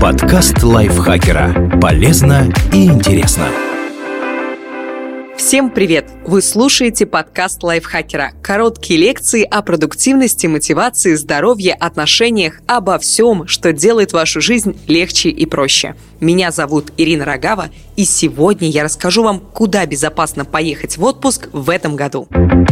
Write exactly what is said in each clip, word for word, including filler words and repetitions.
Подкаст лайфхакера. Полезно и интересно. Всем привет! Вы слушаете подкаст лайфхакера. Короткие лекции о продуктивности, мотивации, здоровье, отношениях, обо всем, что делает вашу жизнь легче и проще. Меня зовут Ирина Рогава, и сегодня я расскажу вам, куда безопасно поехать в отпуск в этом году.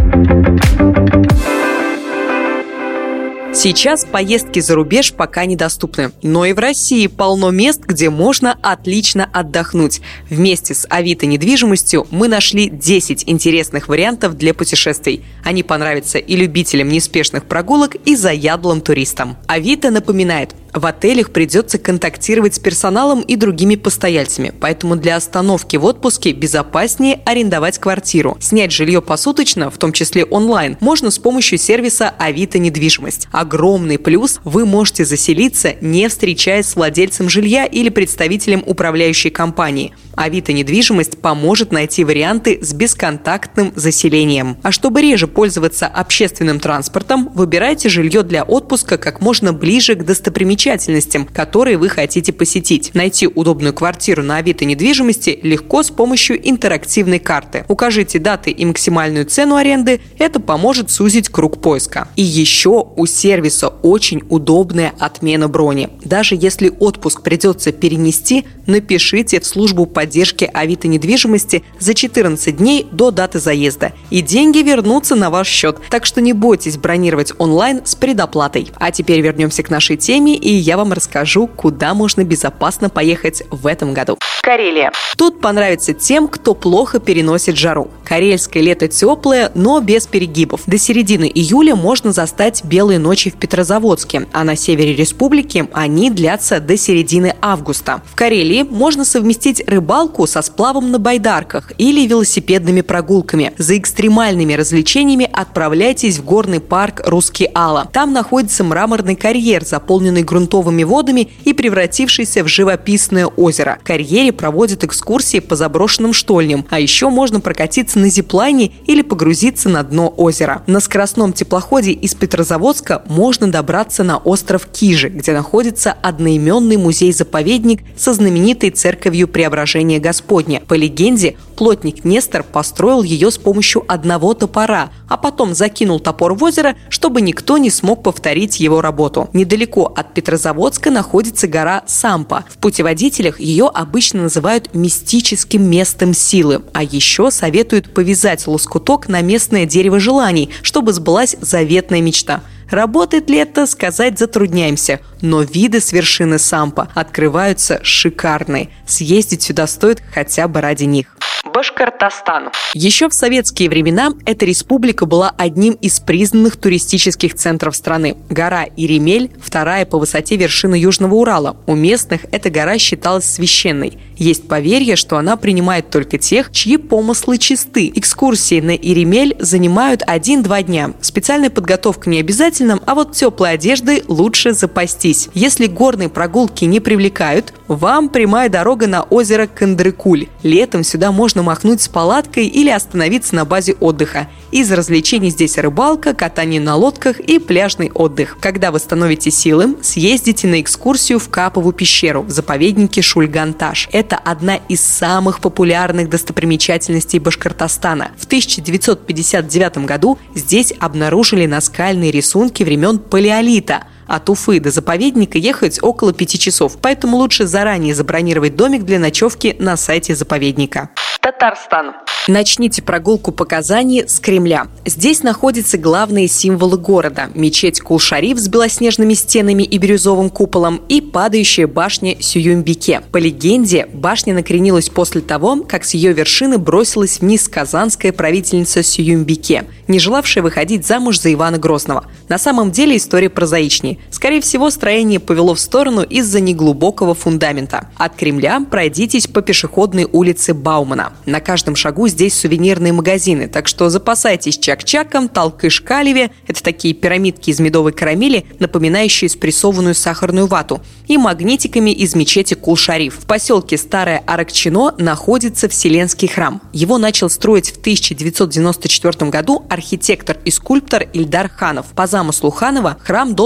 Сейчас поездки за рубеж пока недоступны, но и в России полно мест, где можно отлично отдохнуть. Вместе с Авито недвижимостью мы нашли десять интересных вариантов для путешествий. Они понравятся и любителям неспешных прогулок, и заядлым туристам. Авито напоминает: в отелях придется контактировать с персоналом и другими постояльцами, поэтому для остановки в отпуске безопаснее арендовать квартиру. Снять жилье посуточно, в том числе онлайн, можно с помощью сервиса Авито недвижимость. Огромный плюс – вы можете заселиться, не встречаясь с владельцем жилья или представителем управляющей компании. Авито недвижимость поможет найти варианты с бесконтактным заселением. А чтобы реже пользоваться общественным транспортом, выбирайте жилье для отпуска как можно ближе к достопримечательностям, которые вы хотите посетить. Найти удобную квартиру на Авито недвижимости легко с помощью интерактивной карты. Укажите даты и максимальную цену аренды, это поможет сузить круг поиска. И еще у сервиса очень удобная отмена брони. Даже если отпуск придется перенести, напишите в службу поддержки Авито недвижимости за четырнадцать дней до даты заезда, и деньги вернутся на ваш счет. Так что не бойтесь бронировать онлайн с предоплатой. А теперь вернемся к нашей теме, и я вам расскажу, куда можно безопасно поехать в этом году. Карелия. Тут понравится тем, кто плохо переносит жару. Карельское лето теплое, но без перегибов. До середины июля можно застать белые ночи в Петрозаводске, а на севере республики они длятся до середины августа. В Карелии можно совместить рыбалку со сплавом на байдарках или велосипедными прогулками. За экстремальными развлечениями отправляйтесь в горный парк Русский Ала. Там находится мраморный карьер, заполненный грунтовыми водами и превратившийся в живописное озеро. В карьере проводят экскурсии по заброшенным штольням, а еще можно прокатиться на зиплайне или погрузиться на дно озера. На скоростном теплоходе из Петрозаводска можно добраться на остров Кижи, где находится одноименный музей-заповедник со знаменитой церковью Преображения Господня. По легенде, плотник Нестор построил ее с помощью одного топора, а потом закинул топор в озеро, чтобы никто не смог повторить его работу. Недалеко от Петрозаводска находится гора Сампа. В путеводителях ее обычно называют мистическим местом силы, а еще советуют повязать лоскуток на местное дерево желаний, чтобы сбылась заветная мечта. Работает ли это, сказать затрудняемся, но виды с вершины Сампа открываются шикарные. Съездить сюда стоит хотя бы ради них. Башкортостан. Еще в советские времена эта республика была одним из признанных туристических центров страны. Гора Иремель – вторая по высоте вершина Южного Урала. У местных эта гора считалась священной. Есть поверье, что она принимает только тех, чьи помыслы чисты. Экскурсии на Иремель занимают один-два дня. Специальная подготовка не обязательна, а вот теплой одеждой лучше запастись. Если горные прогулки не привлекают, вам прямая дорога на озеро Кандрыкуль. Летом сюда можно махнуть с палаткой или остановиться на базе отдыха. Из развлечений здесь рыбалка, катание на лодках и пляжный отдых. Когда восстановите силы, съездите на экскурсию в Капову пещеру в заповеднике Шульган-Таш. Это одна из самых популярных достопримечательностей Башкортостана. В тысяча девятьсот пятьдесят девятом году здесь обнаружили наскальные рисунки времен Палеолита. От Уфы до заповедника ехать около пяти часов, поэтому лучше заранее забронировать домик для ночевки на сайте заповедника. Татарстан. Начните прогулку по Казани с Кремля. Здесь находятся главные символы города – мечеть Кул-Шариф с белоснежными стенами и бирюзовым куполом и падающая башня Сююмбике. По легенде, башня накренилась после того, как с ее вершины бросилась вниз казанская правительница Сююмбике, не желавшая выходить замуж за Ивана Грозного. На самом деле история прозаичнее. Скорее всего, строение повело в сторону из-за неглубокого фундамента. От Кремля пройдитесь по пешеходной улице Баумана. На каждом шагу здесь сувенирные магазины, так что запасайтесь чак-чаком, талкыш-калеве – это такие пирамидки из медовой карамели, напоминающие спрессованную сахарную вату, и магнитиками из мечети Кул-Шариф. В поселке Старое Аракчино находится Вселенский храм. Его начал строить в тысяча девятьсот девяносто четвёртом году архитектор и скульптор Ильдар Ханов. По замыслу Ханова храм должен был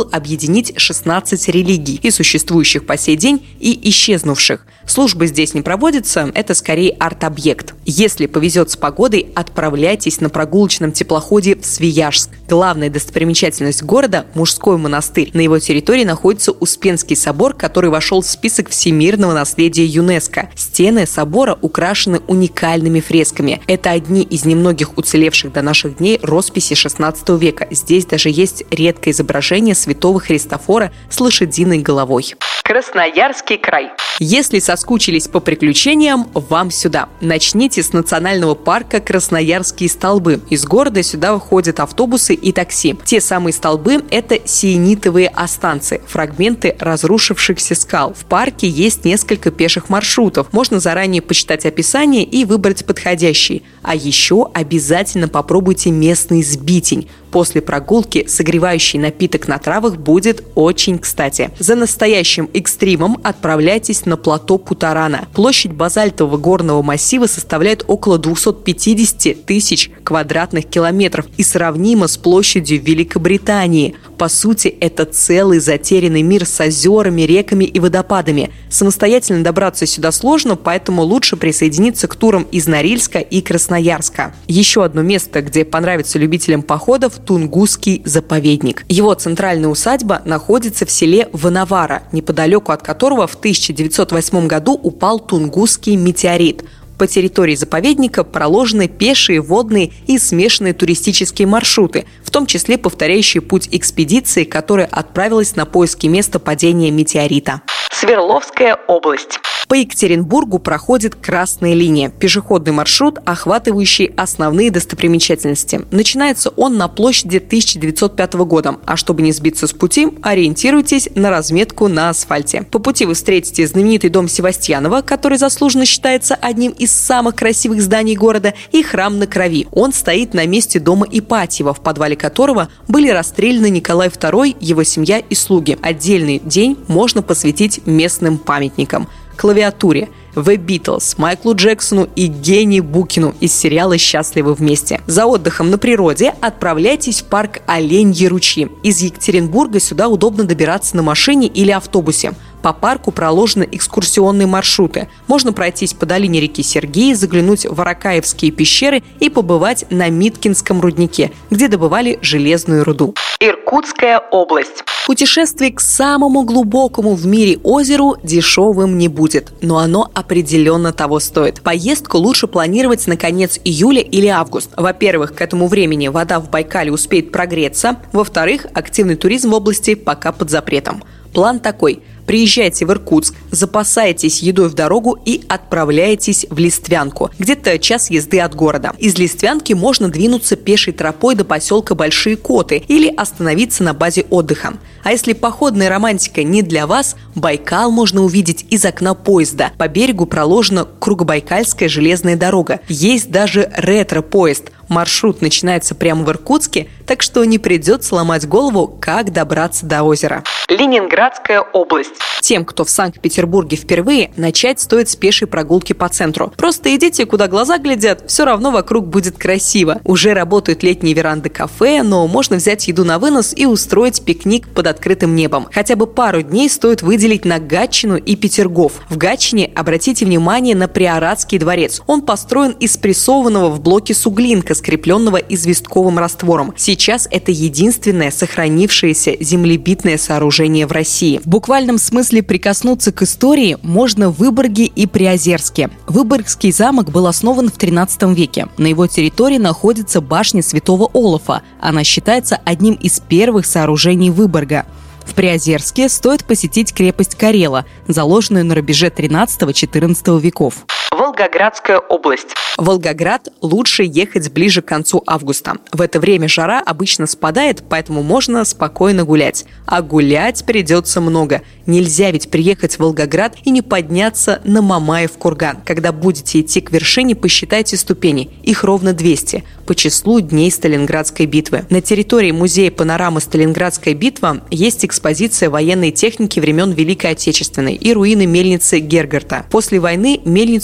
объединить шестнадцать религий, и существующих по сей день, и исчезнувших. Службы здесь не проводятся, это скорее арт-объект. Если повезет с погодой, отправляйтесь на прогулочном теплоходе в Свияжск. Главная достопримечательность города – мужской монастырь. На его территории находится Успенский собор, который вошел в список всемирного наследия ЮНЕСКо. Стены собора украшены уникальными фресками. Это одни из немногих уцелевших до наших дней росписей шестнадцатого века. Здесь даже есть редкое изображение святого Христофора с лошадиной головой. Красноярский край. Если соскучились по приключениям, вам сюда. Начните с национального парка Красноярские столбы. Из города сюда выходят автобусы и такси. Те самые столбы – это сиенитовые останцы, фрагменты разрушившихся скал. В парке есть несколько пеших маршрутов. Можно заранее почитать описание и выбрать подходящий. А еще обязательно попробуйте местный сбитень. После прогулки согревающий напиток на травах будет очень кстати. За настоящим экстримом отправляйтесь на плато Путарана. Площадь базальтового горного массива составляет около двести пятьдесят тысяч квадратных километров и сравнима с площадью Великобритании. По сути, это целый затерянный мир с озерами, реками и водопадами. Самостоятельно добраться сюда сложно, поэтому лучше присоединиться к турам из Норильска и Красноярска. Еще одно место, где понравится любителям походов – Тунгусский заповедник. Его центральная усадьба находится в селе Вановара, неподалеку от которого в тысяча девятьсот восьмом году упал Тунгусский метеорит. По территории заповедника проложены пешие, водные и смешанные туристические маршруты, в том числе повторяющие путь экспедиции, которая отправилась на поиски места падения метеорита. Свердловская область. По Екатеринбургу проходит Красная линия – пешеходный маршрут, охватывающий основные достопримечательности. Начинается он на площади тысяча девятьсот пятого года, а чтобы не сбиться с пути, ориентируйтесь на разметку на асфальте. По пути вы встретите знаменитый дом Севастьянова, который заслуженно считается одним из самых красивых зданий города, и храм на Крови. Он стоит на месте дома Ипатьева, в подвале которого были расстреляны Николай второй, его семья и слуги. Отдельный день можно посвятить местным памятникам. Клавиатуре, The Beatles, Майклу Джексону и Гене Букину из сериала «Счастливы вместе». За отдыхом на природе отправляйтесь в парк Оленьи ручьи. Из Екатеринбурга сюда удобно добираться на машине или автобусе. По парку проложены экскурсионные маршруты. Можно пройтись по долине реки Сергея, заглянуть в Аракаевские пещеры и побывать на Миткинском руднике, где добывали железную руду. Иркутская область. Путешествие к самому глубокому в мире озеру дешевым не будет, но оно определенно того стоит. Поездку лучше планировать на конец июля или август. Во-первых, к этому времени вода в Байкале успеет прогреться. Во-вторых, активный туризм в области пока под запретом. План такой. Приезжайте в Иркутск, запасайтесь едой в дорогу и отправляйтесь в Листвянку, где-то час езды от города. Из Листвянки можно двинуться пешей тропой до поселка Большие Коты или остановиться на базе отдыха. А если походная романтика не для вас, Байкал можно увидеть из окна поезда. По берегу проложена Кругобайкальская железная дорога. Есть даже ретро-поезд. Маршрут начинается прямо в Иркутске, так что не придется ломать голову, как добраться до озера. Ленинградская область. Тем, кто в Санкт-Петербурге впервые, начать стоит с пешей прогулки по центру. Просто идите, куда глаза глядят, все равно вокруг будет красиво. Уже работают летние веранды кафе, но можно взять еду на вынос и устроить пикник под открытым небом. Хотя бы пару дней стоит выделить на Гатчину и Петергоф. В Гатчине обратите внимание на Приоратский дворец. Он построен из прессованного в блоке суглинка, скрепленного известковым раствором. Сейчас это единственное сохранившееся землебитное сооружение в России. В буквальном смысле прикоснуться к истории можно в Выборге и Приозерске. Выборгский замок был основан в тринадцатом веке. На его территории находится башня Святого Олафа. Она считается одним из первых сооружений Выборга. В Приозерске стоит посетить крепость Карела, заложенную на рубеже тринадцатого-четырнадцатого веков. Волгоградская область. В Волгоград лучше ехать ближе к концу августа. В это время жара обычно спадает, поэтому можно спокойно гулять. А гулять придется много. Нельзя ведь приехать в Волгоград и не подняться на Мамаев курган. Когда будете идти к вершине, посчитайте ступени. Их ровно двести по числу дней Сталинградской битвы. На территории музея панорамы «Сталинградская битва» есть экспозиция военной техники времен Великой Отечественной и руины мельницы Гергарта. После войны мельницу не восстановили.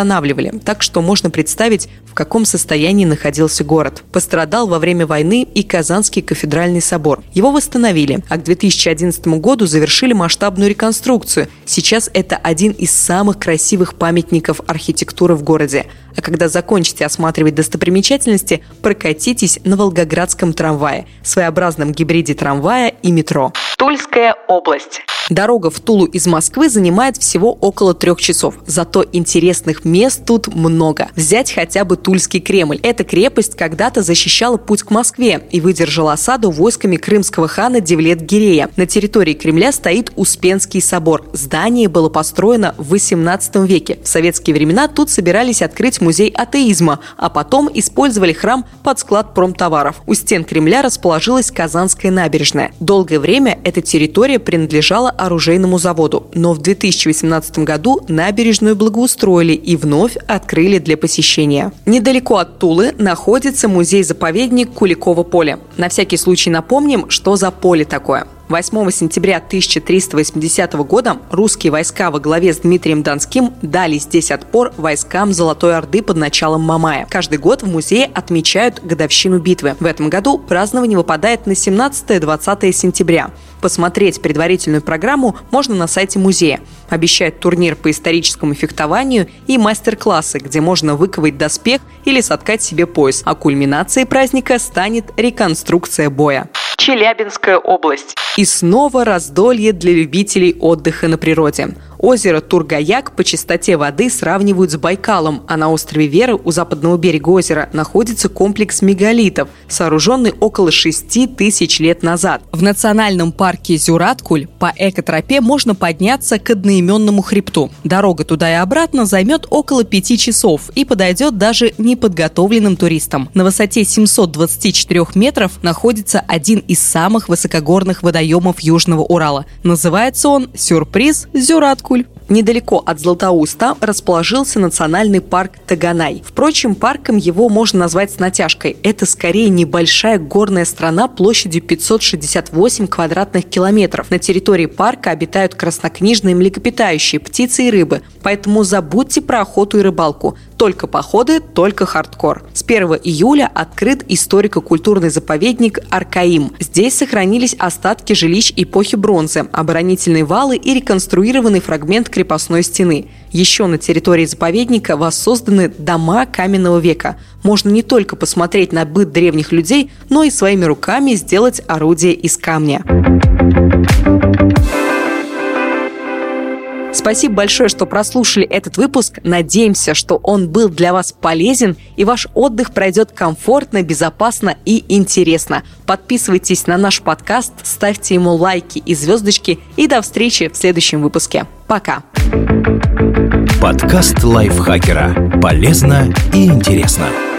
восстанавливали, так что можно представить, в каком состоянии находился город. Пострадал во время войны и Казанский кафедральный собор. Его восстановили, а к две тысячи одиннадцатому году завершили масштабную реконструкцию. Сейчас это один из самых красивых памятников архитектуры в городе. А когда закончите осматривать достопримечательности, прокатитесь на Волгоградском трамвае, своеобразном гибриде трамвая и метро. Тульская область. Дорога в Тулу из Москвы занимает всего около трех часов. Зато интересных мест тут много. Взять хотя бы Тульский Кремль. Эта крепость когда-то защищала путь к Москве и выдержала осаду войсками крымского хана Девлет-Гирея. На территории Кремля стоит Успенский собор. Здание было построено в восемнадцатом веке. В советские времена тут собирались открыть музей атеизма, а потом использовали храм под склад промтоваров. У стен Кремля расположилась Казанская набережная. Долгое время эта территория принадлежала оружейному заводу, но в две тысячи восемнадцатом году набережную благоустроили и вновь открыли для посещения. Недалеко от Тулы находится музей-заповедник Куликово поле. На всякий случай напомним, что за поле такое. восьмого сентября тысяча триста восьмидесятого года русские войска во главе с Дмитрием Донским дали здесь отпор войскам Золотой Орды под началом Мамая. Каждый год в музее отмечают годовщину битвы. В этом году празднование выпадает на семнадцатое-двадцатое сентября. Посмотреть предварительную программу можно на сайте музея. Обещают турнир по историческому фехтованию и мастер-классы, где можно выковать доспех или соткать себе пояс. А кульминацией праздника станет реконструкция боя. Челябинская область. И снова раздолье для любителей отдыха на природе. Озеро Тургаяк по чистоте воды сравнивают с Байкалом, а на острове Веры у западного берега озера находится комплекс мегалитов, сооруженный около шести тысяч лет назад. В национальном парке Зюраткуль по экотропе можно подняться к одноименному хребту. Дорога туда и обратно займет около пяти часов и подойдет даже неподготовленным туристам. На высоте семьсот двадцать четыре метров находится один из самых высокогорных водоемов Южного Урала. Называется он «Сюрприз Зюраткуль». Недалеко от Златоуста расположился национальный парк Таганай. Впрочем, парком его можно назвать с натяжкой. Это скорее небольшая горная страна площадью пятьсот шестьдесят восемь квадратных километров. На территории парка обитают краснокнижные млекопитающие, птицы и рыбы. Поэтому забудьте про охоту и рыбалку. Только походы, только хардкор. С первого июля открыт историко-культурный заповедник Аркаим. Здесь сохранились остатки жилищ эпохи бронзы, оборонительные валы и реконструированный фрагмент крепостной стены. Еще на территории заповедника воссозданы дома каменного века. Можно не только посмотреть на быт древних людей, но и своими руками сделать орудие из камня. Спасибо большое, что прослушали этот выпуск. Надеемся, что он был для вас полезен и ваш отдых пройдет комфортно, безопасно и интересно. Подписывайтесь на наш подкаст, ставьте ему лайки и звездочки и до встречи в следующем выпуске. Пока! Подкаст лайфхакера. Полезно и интересно.